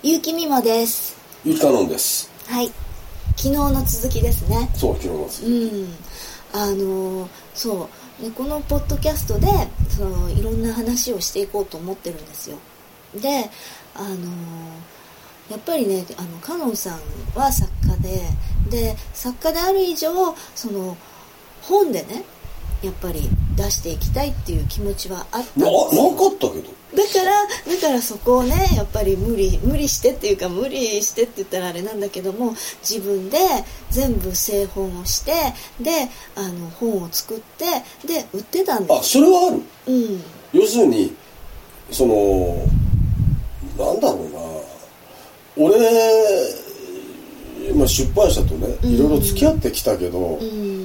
結城美萌です。 ゆきかのんです。 はい。昨日の続きですね。 そう、昨日の続き。 そうでこのポッドキャストでいろんな話をしていこうと思ってるんですよ。で、やっぱりね、かのんさんは作家で作家である以上本でねやっぱり出していきたいっていう気持ちはあったんですよ。 なかったけど。 だからそこをねやっぱり無理してっていうか無理してって言ったらあれなんだけども、自分で全部製本をしてで本を作ってで売ってたんです。 それはある。要するになんだろうな、俺、出版社とねいろいろ付き合ってきたけど、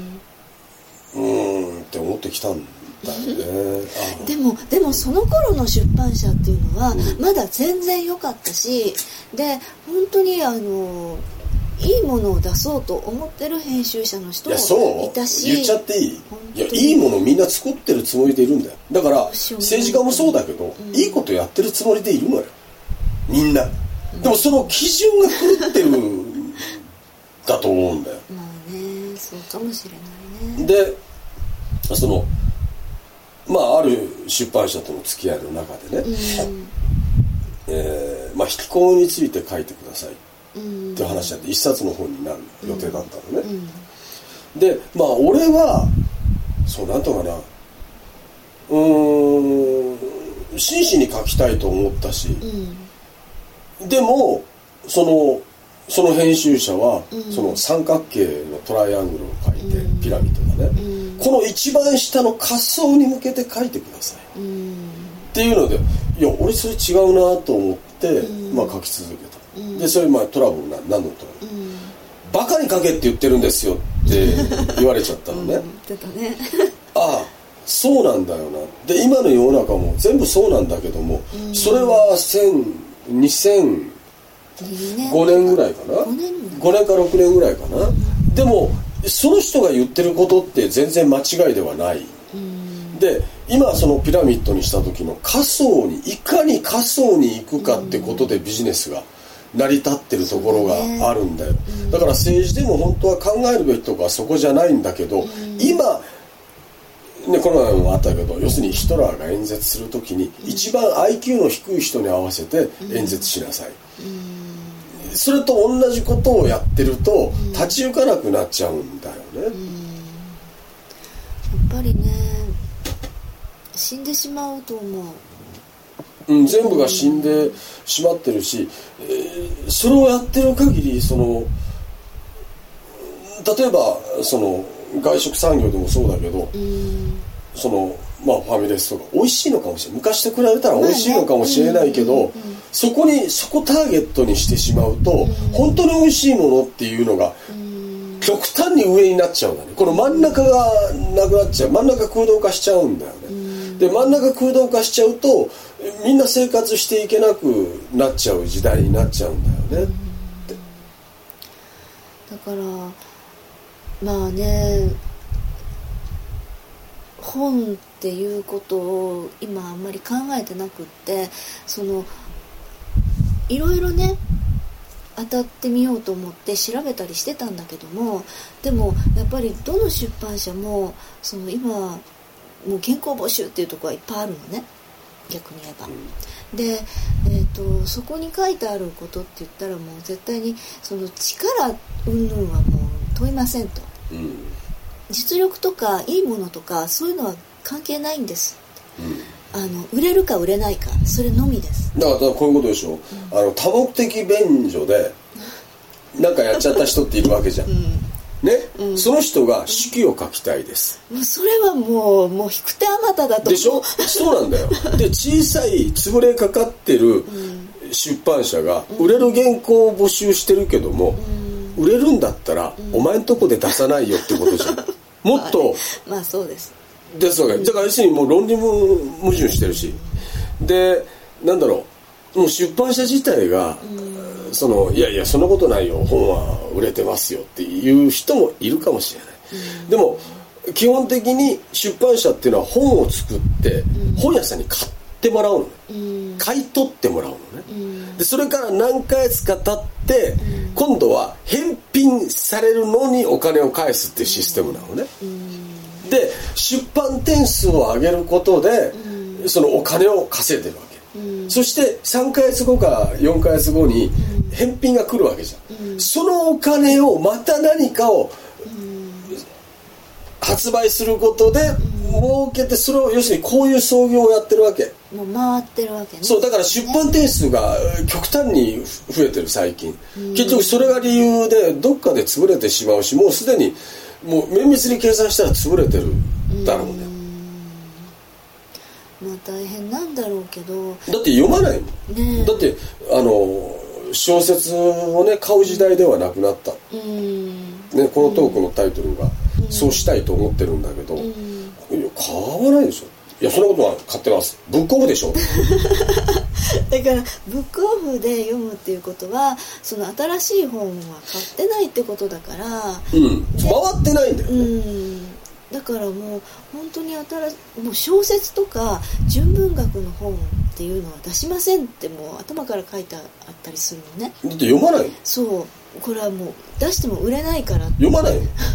って思ってきたんだよね。 でもその頃の出版社っていうのはまだ全然良かったし、で本当にいいものを出そうと思ってる編集者の人もいたし。 言っちゃっていい？いいものをみんな作ってるつもりでいるんだよ。だから政治家もそうだけど、いいことやってるつもりでいるのよみんな。でもその基準が狂ってるだと思うんだよ。 まあね、そうかもしれないね。 である出版社との付き合いの中でね、引きこもりについて書いてくださいって話なんで一冊の本になる予定だったのね。で俺はなんとかな、真摯に書きたいと思ったし、でもその編集者は、三角形のトライアングルを書いて、ピラミッドだね、この一番下の滑走に向けて書いてください、っていうので、いや俺それ違うなと思って、書き続けた。でそれトラブル何のトラブル、バカに書けって言ってるんですよって言われちゃったのね。 言ってたね。 ああそうなんだよな。で今の世の中も全部そうなんだけども、それは2005年ぐらいかな、5年か6年ぐらいかな、でもその人が言ってることって全然間違いではない、で今そのピラミッドにした時のいかに下層に行くかってことでビジネスが成り立ってるところがあるんだよ。だから政治でも本当は考えるべきとこはそこじゃないんだけど、今ね、コロナもあったけど、要するにヒトラーが演説するときに一番 IQ の低い人に合わせて演説しなさい、それと同じことをやってると立ち行かなくなっちゃうんだよね。 やっぱりね、死んでしまうと思う。 全部が死んでしまってるし、それをやってる限り例えば外食産業でもそうだけど、ファミレスとか美味しいのかもしれない、昔と比べたら美味しいのかもしれないけど、そこターゲットにしてしまうと、本当に美味しいものっていうのが極端に上になっちゃうんだね。この真ん中がなくなっちゃう、真ん中空洞化しちゃうんだよね。で真ん中空洞化しちゃうとみんな生活していけなくなっちゃう時代になっちゃうんだよね。 だから本っていうことを今あんまり考えてなくって、いろいろね当たってみようと思って調べたりしてたんだけども、でもやっぱりどの出版社も今もう原稿募集っていうところはいっぱいあるのね、逆に言えば。で、そこに書いてあることって言ったらもう絶対に力云々はもう問いませんと、実力とかいいものとかそういうのは関係ないんです、売れるか売れないかそれのみです。 だからこういうことでしょ、多目的便所でなんかやっちゃった人っているわけじゃん、その人が手記を書きたいです、 もうそれはもう引く手あまただとでしょ。そうなんだよ。で小さい潰れかかってる出版社が売れる原稿を募集してるけども、売れるんだったらお前んとこで出さないよってことじゃん。もっとそうですですわけ。だから要するにもう論理も矛盾してるし、でなんだろう、もう出版社自体がいやいやそんなことないよ、本は売れてますよっていう人もいるかもしれない、でも基本的に出版社っていうのは本を作って本屋さんに買ってもらうの、 買い取ってもらうのね、でそれから何ヶ月か経って、今度は返品されるのにお金を返すっていうシステムなのね、で出版点数を上げることで、そのお金を稼いでるわけ、そして3ヶ月後か4ヶ月後に返品が来るわけじゃん、そのお金をまた何かを発売することで儲けて、それを要するにこういう創業をやってるわけ、 もう回ってるわけね。 そうだから出版点数が極端に増えてる最近、結局それが理由でどっかで潰れてしまうし、もうすでにもう綿密に計算したら潰れてるだろうね。 まあ大変なんだろうけど、 だって読まないもん、ね、だって小説をね買う時代ではなくなった、ね、このトークのタイトルがそうしたいと思ってるんだけど、いや買わないでしょ。いやそんなことは買ってます。ブックオフでしょだからブックオフで読むっていうことは、その新しい本は買ってないってことだから、 回ってないんだよね、 だからもう本当にもう小説とか純文学の本っていうのは出しませんってもう頭から書いてあったりするのね。 だって読まない。 そう、これはもう出しても売れないから読まない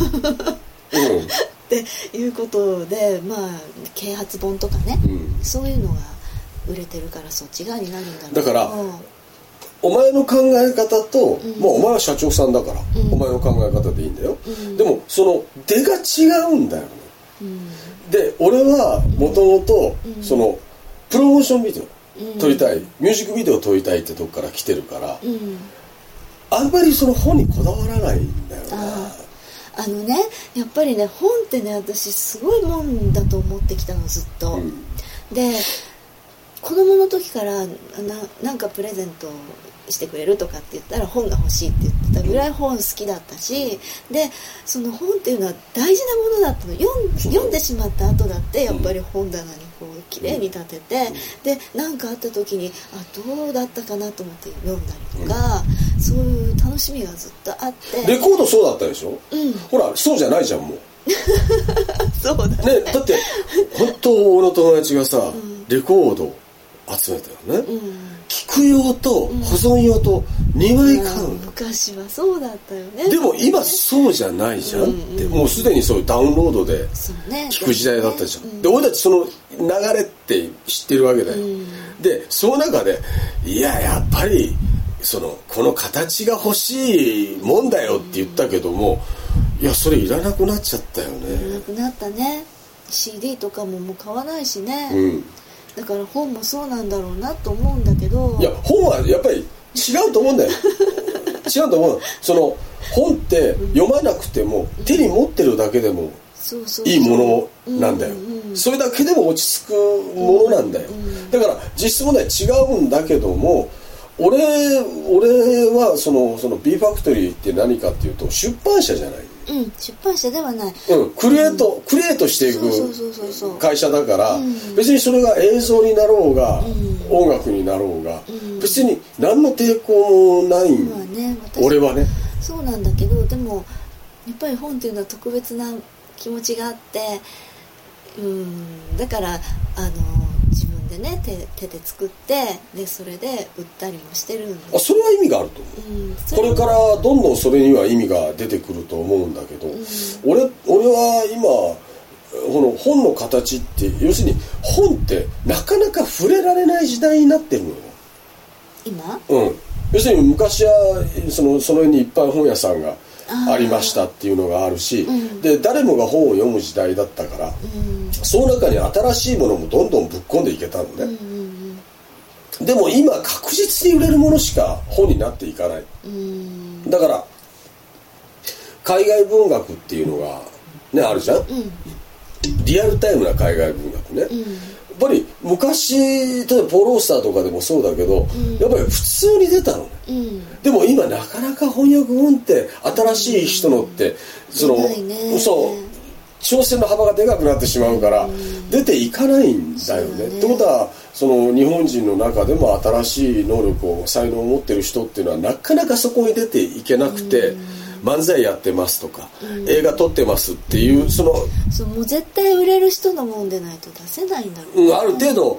っていうことで、まあ啓発本とかね、そういうのが売れてるからそっち側になるんだろう。 だからお前の考え方と、まあお前は社長さんだから、お前の考え方でいいんだよ、でもその出が違うんだよね、で俺はもともとそのプロモーションビデオ撮りたい、ミュージックビデオ撮りたいってとこから来てるから、あんまりその本にこだわらないんだよな。 やっぱりね、本ってね、私すごいもんだと思ってきたのずっと、で子供の時からなんかプレゼントしてくれるとかって言ったら本が欲しいって言ってたぐらい本好きだったし、でその本っていうのは大事なものだったの。読んでしまった後だってやっぱり本棚にこう綺麗に立てて、で何かあった時にどうだったかなと思って読んだりとか、そういう楽しみがずっとあって。 レコードそうだったでしょ、ほらそうじゃないじゃんもうそうだ ね。 だって本当俺の友達がさ、レコード集めたよね、聞く用と保存用と2枚買うの、 昔はそうだったよね。 でも今そうじゃないじゃんって、もうすでにそういうダウンロードで聞く時代だったじゃん、で俺たちその流れって知ってるわけだよ、でその中でやっぱりこの形が欲しいもんだよって言ったけども、それいらなくなっちゃったよね。 いらなくなったね。 CD とかももう買わないしね、だから本もそうなんだろうなと思うんだけど、 いや本はやっぱり違うと思うんだよ違うと思う。その本って読まなくても手に持ってるだけでもいいものなんだよ、それだけでも落ち着くものなんだよ、だから実質問題違うんだけども、俺はその B ファクトリーって何かっていうと出版社じゃない、 出版社ではない、 クリエイトしていく会社だから、別にそれが映像になろうが、音楽になろうが、別に何の抵抗もないん、俺はね。 そうなんだけど、でもやっぱり本っていうのは特別な気持ちがあって、だから自分でね手で作って、でそれで売ったりもしてるんで、 それは意味があると思う、これからどんどんそれには意味が出てくると思うんだけど、俺は今この本の形って、要するに本ってなかなか触れられない時代になってるのよ今。 要するに昔はその辺にいっぱい本屋さんがありましたっていうのがあるし、で誰もが本を読む時代だったから、その中に新しいものもどんどんぶっ込んでいけたのね、でも今確実に売れるものしか本になっていかない、だから海外文学っていうのがねあるじゃん、リアルタイムな海外文学ね、やっぱり昔例えばポール・オースターとかでもそうだけど、やっぱり普通に出たのね、でも今なかなか翻訳本って新しい人のってそう挑戦の幅がでかくなってしまうから出ていかないんだよね。ってことはその日本人の中でも新しい能力を才能を持ってる人っていうのはなかなかそこに出ていけなくて、漫才やってますとか、映画撮ってますっていうそうもう絶対売れる人のもんでないと出せないんだろう、 ある程度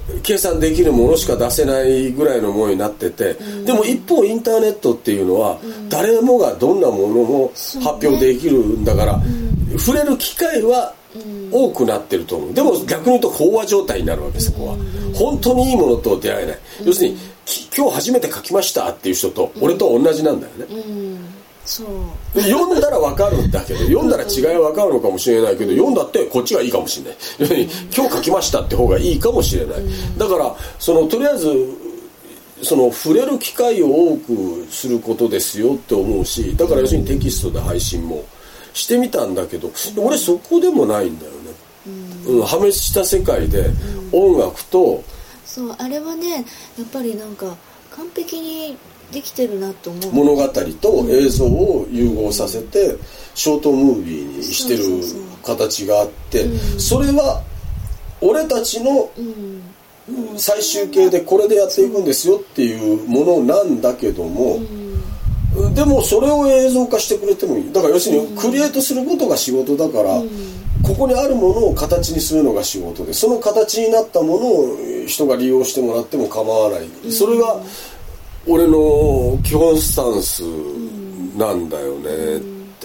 計算できるものしか出せないぐらいのものになってて、でも一方インターネットっていうのは誰もがどんなものも発表できるんだから、触れる機会は多くなってると思う。でも逆に言うと飽和状態になるわけ、そこは。本当にいいものと出会えない。要するに今日初めて書きましたっていう人と俺と同じなんだよね。 そう読んだら分かるんだけど、読んだら違いは分かるのかもしれないけど、読んだってこっちがいいかもしれない。今日書きましたって方がいいかもしれない。だからとりあえず触れる機会を多くすることですよって思うし、だから要するにテキストで配信もしてみたんだけど、俺そこでもないんだよね。破滅した世界で音楽と、 そうあれはねやっぱりなんか完璧にできてるなと思う。 物語と映像を融合させてショートムービーにしてる形があって、それは俺たちの最終形でこれでやっていくんですよっていうものなんだけども、でもそれを映像化してくれてもいい。だから要するにクリエイトすることが仕事だから、ここにあるものを形にするのが仕事で、その形になったものを人が利用してもらっても構わない。それが俺の基本スタンスなんだよねって。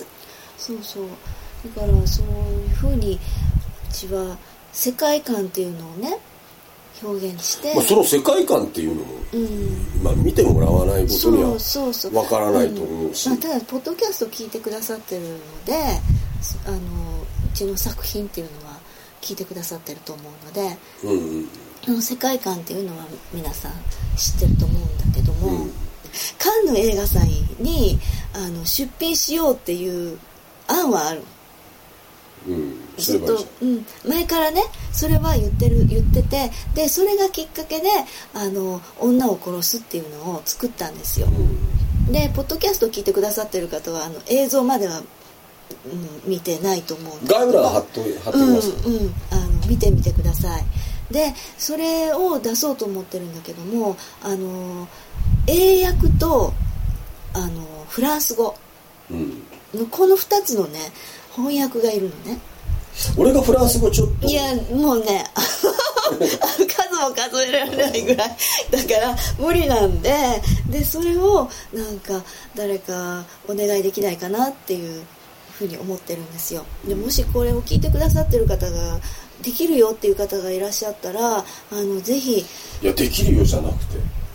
そうそう。だからそういうふうにうちは世界観っていうのをね表現して、 その世界観っていうのも、見てもらわないことにはわからないと思うし、 ただポッドキャスト聞いてくださってるので、うちの作品っていうのは聞いてくださってると思うので、世界観っていうのは皆さん知ってると思うんだけども、カンヌ映画祭に出品しようっていう案はある。ずっと、前からねそれは言ってて、でそれがきっかけで女を殺すっていうのを作ったんですよ。でポッドキャストを聞いてくださってる方は映像までは、見てないと思うんですけど、 概要欄貼ってます、 見てみてください。でそれを出そうと思ってるんだけども、英訳とフランス語のこの2つのね翻訳がいるのね。 俺がフランス語ちょっと、 いやもうね数も数えられないぐらいだから無理なんで、それをなんか誰かお願いできないかなっていうふうに思ってるんですよ。でもしこれを聞いてくださってる方ができるよっていう方がいらっしゃったらぜひ。 いやできるよじゃなくて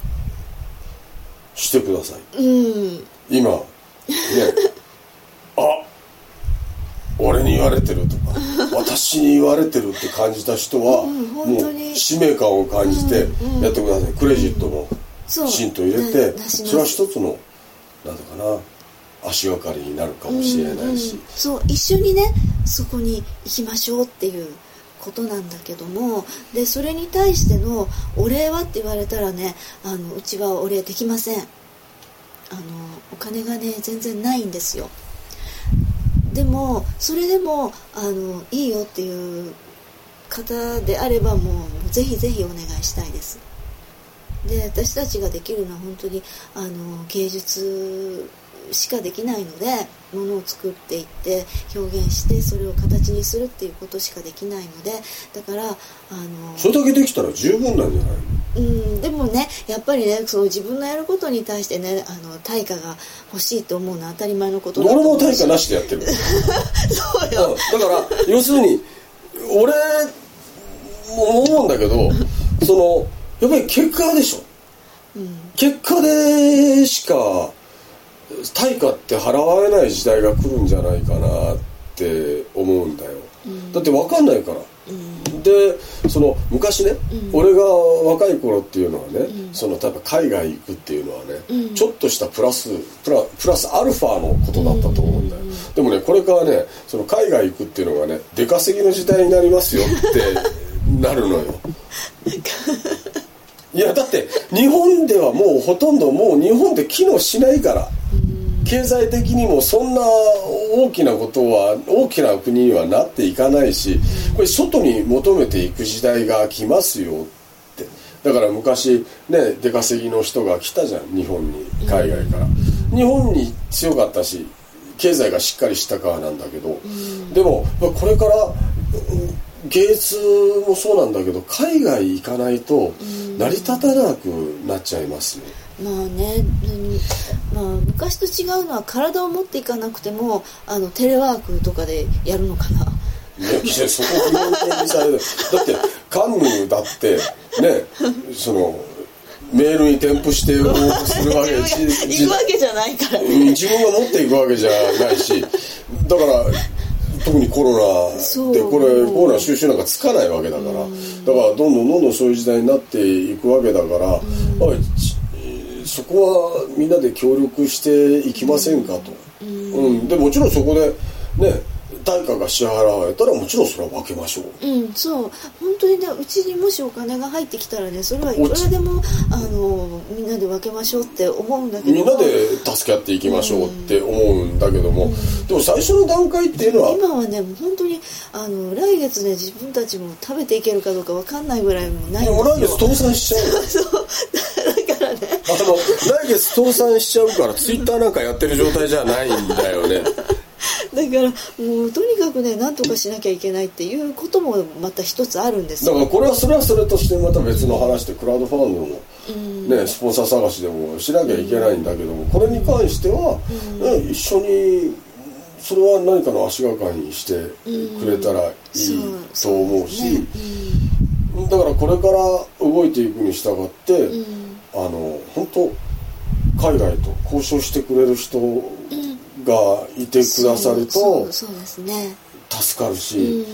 してください。今ね俺に言われてるとか私に言われてるって感じた人は、もう使命感を感じてやってください。クレジットもきちんと入れて、それは一つのなんだかな足がかりになるかもしれないし、 そう一緒にねそこに行きましょうっていうことなんだけども、でそれに対してのお礼はって言われたらねうちはお礼できません。お金がね全然ないんですよ。でもそれでもいいよっていう方であればもうぜひぜひお願いしたいです。で私たちができるのは本当に芸術しかできないので、ものを作っていって表現してそれを形にするっていうことしかできないので、だからそれだけできたら十分なんじゃないの？ でもねやっぱりね自分のやることに対してね対価が欲しいと思うのは当たり前のことだと思うし、 俺も対価なしでやってるそうよ。 だから要するに俺も思うんだけどやっぱり結果でしょ、結果でしか対価って払われない時代が来るんじゃないかなって思うんだよ、だって分かんないから、で昔ね、俺が若い頃っていうのはね、例えば海外行くっていうのはね、ちょっとしたプラスアルファのことだったと思うんだよ、でもねこれからね海外行くっていうのがね出稼ぎの時代になりますよってなるのよいやだって日本ではもうほとんどもう日本で機能しないから、経済的にもそんな大きなことは大きな国にはなっていかないし、これ外に求めていく時代が来ますよって。だから昔ね出稼ぎの人が来たじゃん日本に、海外から、日本に強かったし経済がしっかりしたからなんだけど、でもこれから芸術もそうなんだけど海外行かないと成り立たなくなっちゃいますね。 まあね、昔と違うのは体を持っていかなくてもテレワークとかでやるのかな。 いやそこは本当にされる。だってカンヌだってねそのメールに添付して応募するわけ行くわけじゃないからね。 自分が持っていくわけじゃないし、だから特にコロナでコロナ収集なんかつかないわけだから、だからどんどんそういう時代になっていくわけだから、そこはみんなで協力していきませんかと。でもちろんそこでね対価が支払われたらもちろんそれは分けましょう。 そう本当にね、うちにもしお金が入ってきたらね、それはいくらでもみんなで分けましょうって思うんだけど、 みんなで助け合っていきましょうって思うんだけども、でも最初の段階っていうのは今はねもう本当に来月ね自分たちも食べていけるかどうか分かんないぐらいもないんですよ。 来月倒産しちゃうそうだからね来月倒産しちゃうからツイッターなんかやってる状態じゃないんだよね。 だからもうとにかくね何とかしなきゃいけないっていうこともまた一つあるんですよ。 だからそれはそれとしてまた別の話でクラウドファンドも、スポンサー探しでもしなきゃいけないんだけども、これに関しては、一緒にそれは何かの足がかりにしてくれたらいいと思うし、だからこれから動いていくに従って、本当海外と交渉してくれる人がいてくださるとそうですね、 助かるし、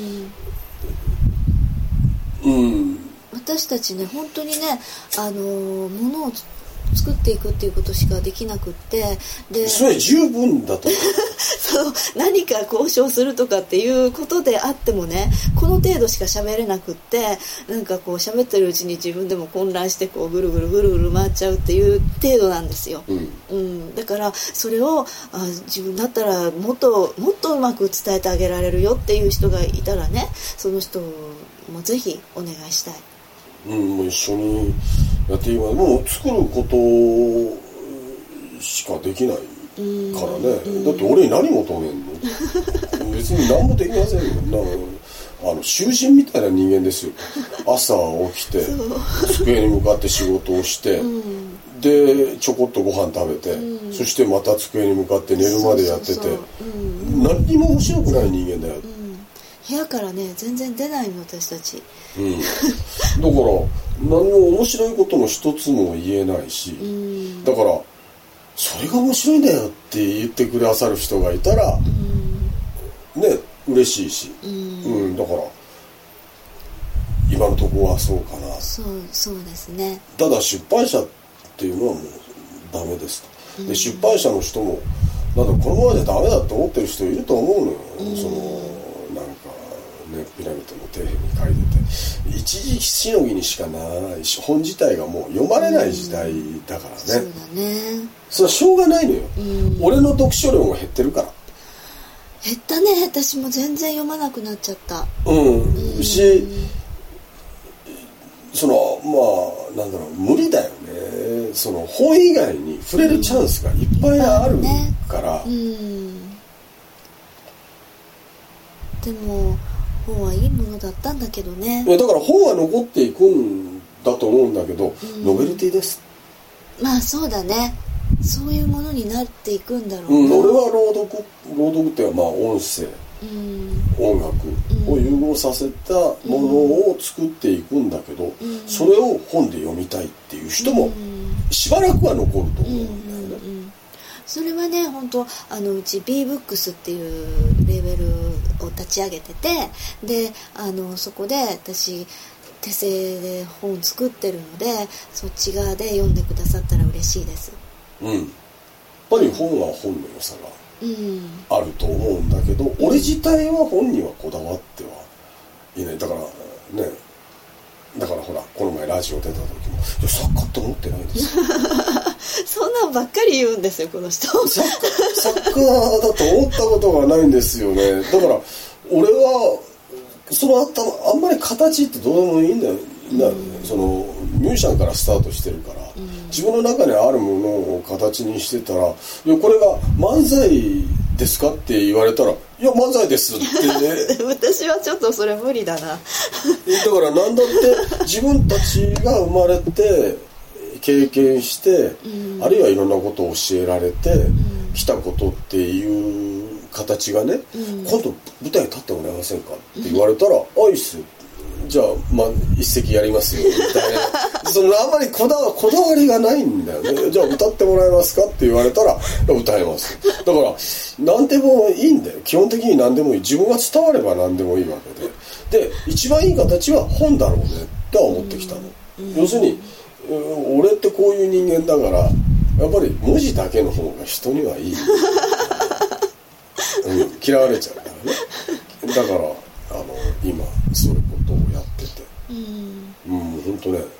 私たちね本当にね物を作っていくっていうことしかできなくって、でそれ十分だとそう何か交渉するとかっていうことであってもね、この程度しか喋れなくって、なんかこう喋ってるうちに自分でも混乱してこうぐるぐる回っちゃうっていう程度なんですよ。だからそれを自分だったらもっとうまく伝えてあげられるよっていう人がいたらね、その人もぜひお願いしたい。 もう一緒にやっていいわ。もう作ることしかできないからね。だって俺に何求めんの別に何もできませんよ。囚人みたいな人間ですよ。朝起きて机に向かって仕事をして、でちょこっとご飯食べて、そしてまた机に向かって寝るまでやってて、何にも面白くない人間だよ。 部屋からね全然出ないの私たち。だから何も面白いことも一つも言えないし、だからそれが面白いんだよって言ってくださる人がいたら、ね嬉しいし、だから今のところはそうかな。 そうですね。 ただ出版社っていうのはもうダメですと。で出版社の人もこのままじゃダメだと思ってる人いると思うのよ。ピラミッドの底辺に書いてて一時しのぎにしかならないし、本自体がもう読まれない時代だからね。 そうだね。 それはしょうがないのよ。俺の読書量も減ってるから。 減ったね。私も全然読まなくなっちゃった。 し無理だよね。本以外に触れるチャンスがいっぱいあるから、 でも本はいいものだったんだけどね。 だから本は残っていくんだと思うんだけど、ノベルティです。 まあそうだね。そういうものになっていくんだろうな。 俺は朗読っていうのは音声、音楽を融合させたものを作っていくんだけど、それを本で読みたいっていう人もしばらくは残ると思うんだよね。 それはね本当うち B-BOOKS っていうレーベルを立ち上げてて、でそこで私手製で本作ってるので、そっち側で読んでくださったら嬉しいです。 やっぱり本は本の良さがあると思うんだけど、俺自体は本にはこだわってはいない。だからほらこの前ラジオ出た時も作家って思ってないんですよそんなんばっかり言うんですよこの人。 作家だと思ったことがないんですよね。だから俺はあんまり形ってどうでもいいんだよ。ミュージシャンからスタートしてるから、自分の中にあるものを形にしてたら、これが漫才ですかって言われたら、いや漫才ですってね私はちょっとそれ無理だなだから何だって自分たちが生まれて経験して、あるいはいろんなことを教えられてきたことっていう形がね、今度舞台に立ってもらえませんかって言われたら、あいっす、じゃあ一席やりますよみたいなそのあんまりこだわりがないんだよね。じゃあ歌ってもらえますかって言われたら歌えます。だから何でもいいんだよ。基本的に何でもいい。自分が伝われば何でもいいわけで、一番いい形は本だろうねって思ってきたの。要するに俺ってこういう人間だから、やっぱり文字だけの方が人にはいい、嫌われちゃうからね。だから今そういうことをやってて、本当ね、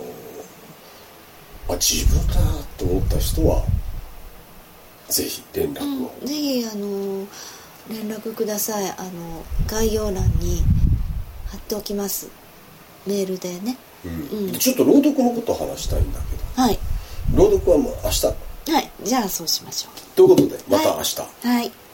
自分だと思った人はぜひ連絡を、 ぜひ連絡ください。概要欄に貼っておきます、メールでね。ちょっと朗読のことを話したいんだけど、はい、朗読はもう明日。 はい、じゃあそうしましょう。 ということでまた明日。 はい。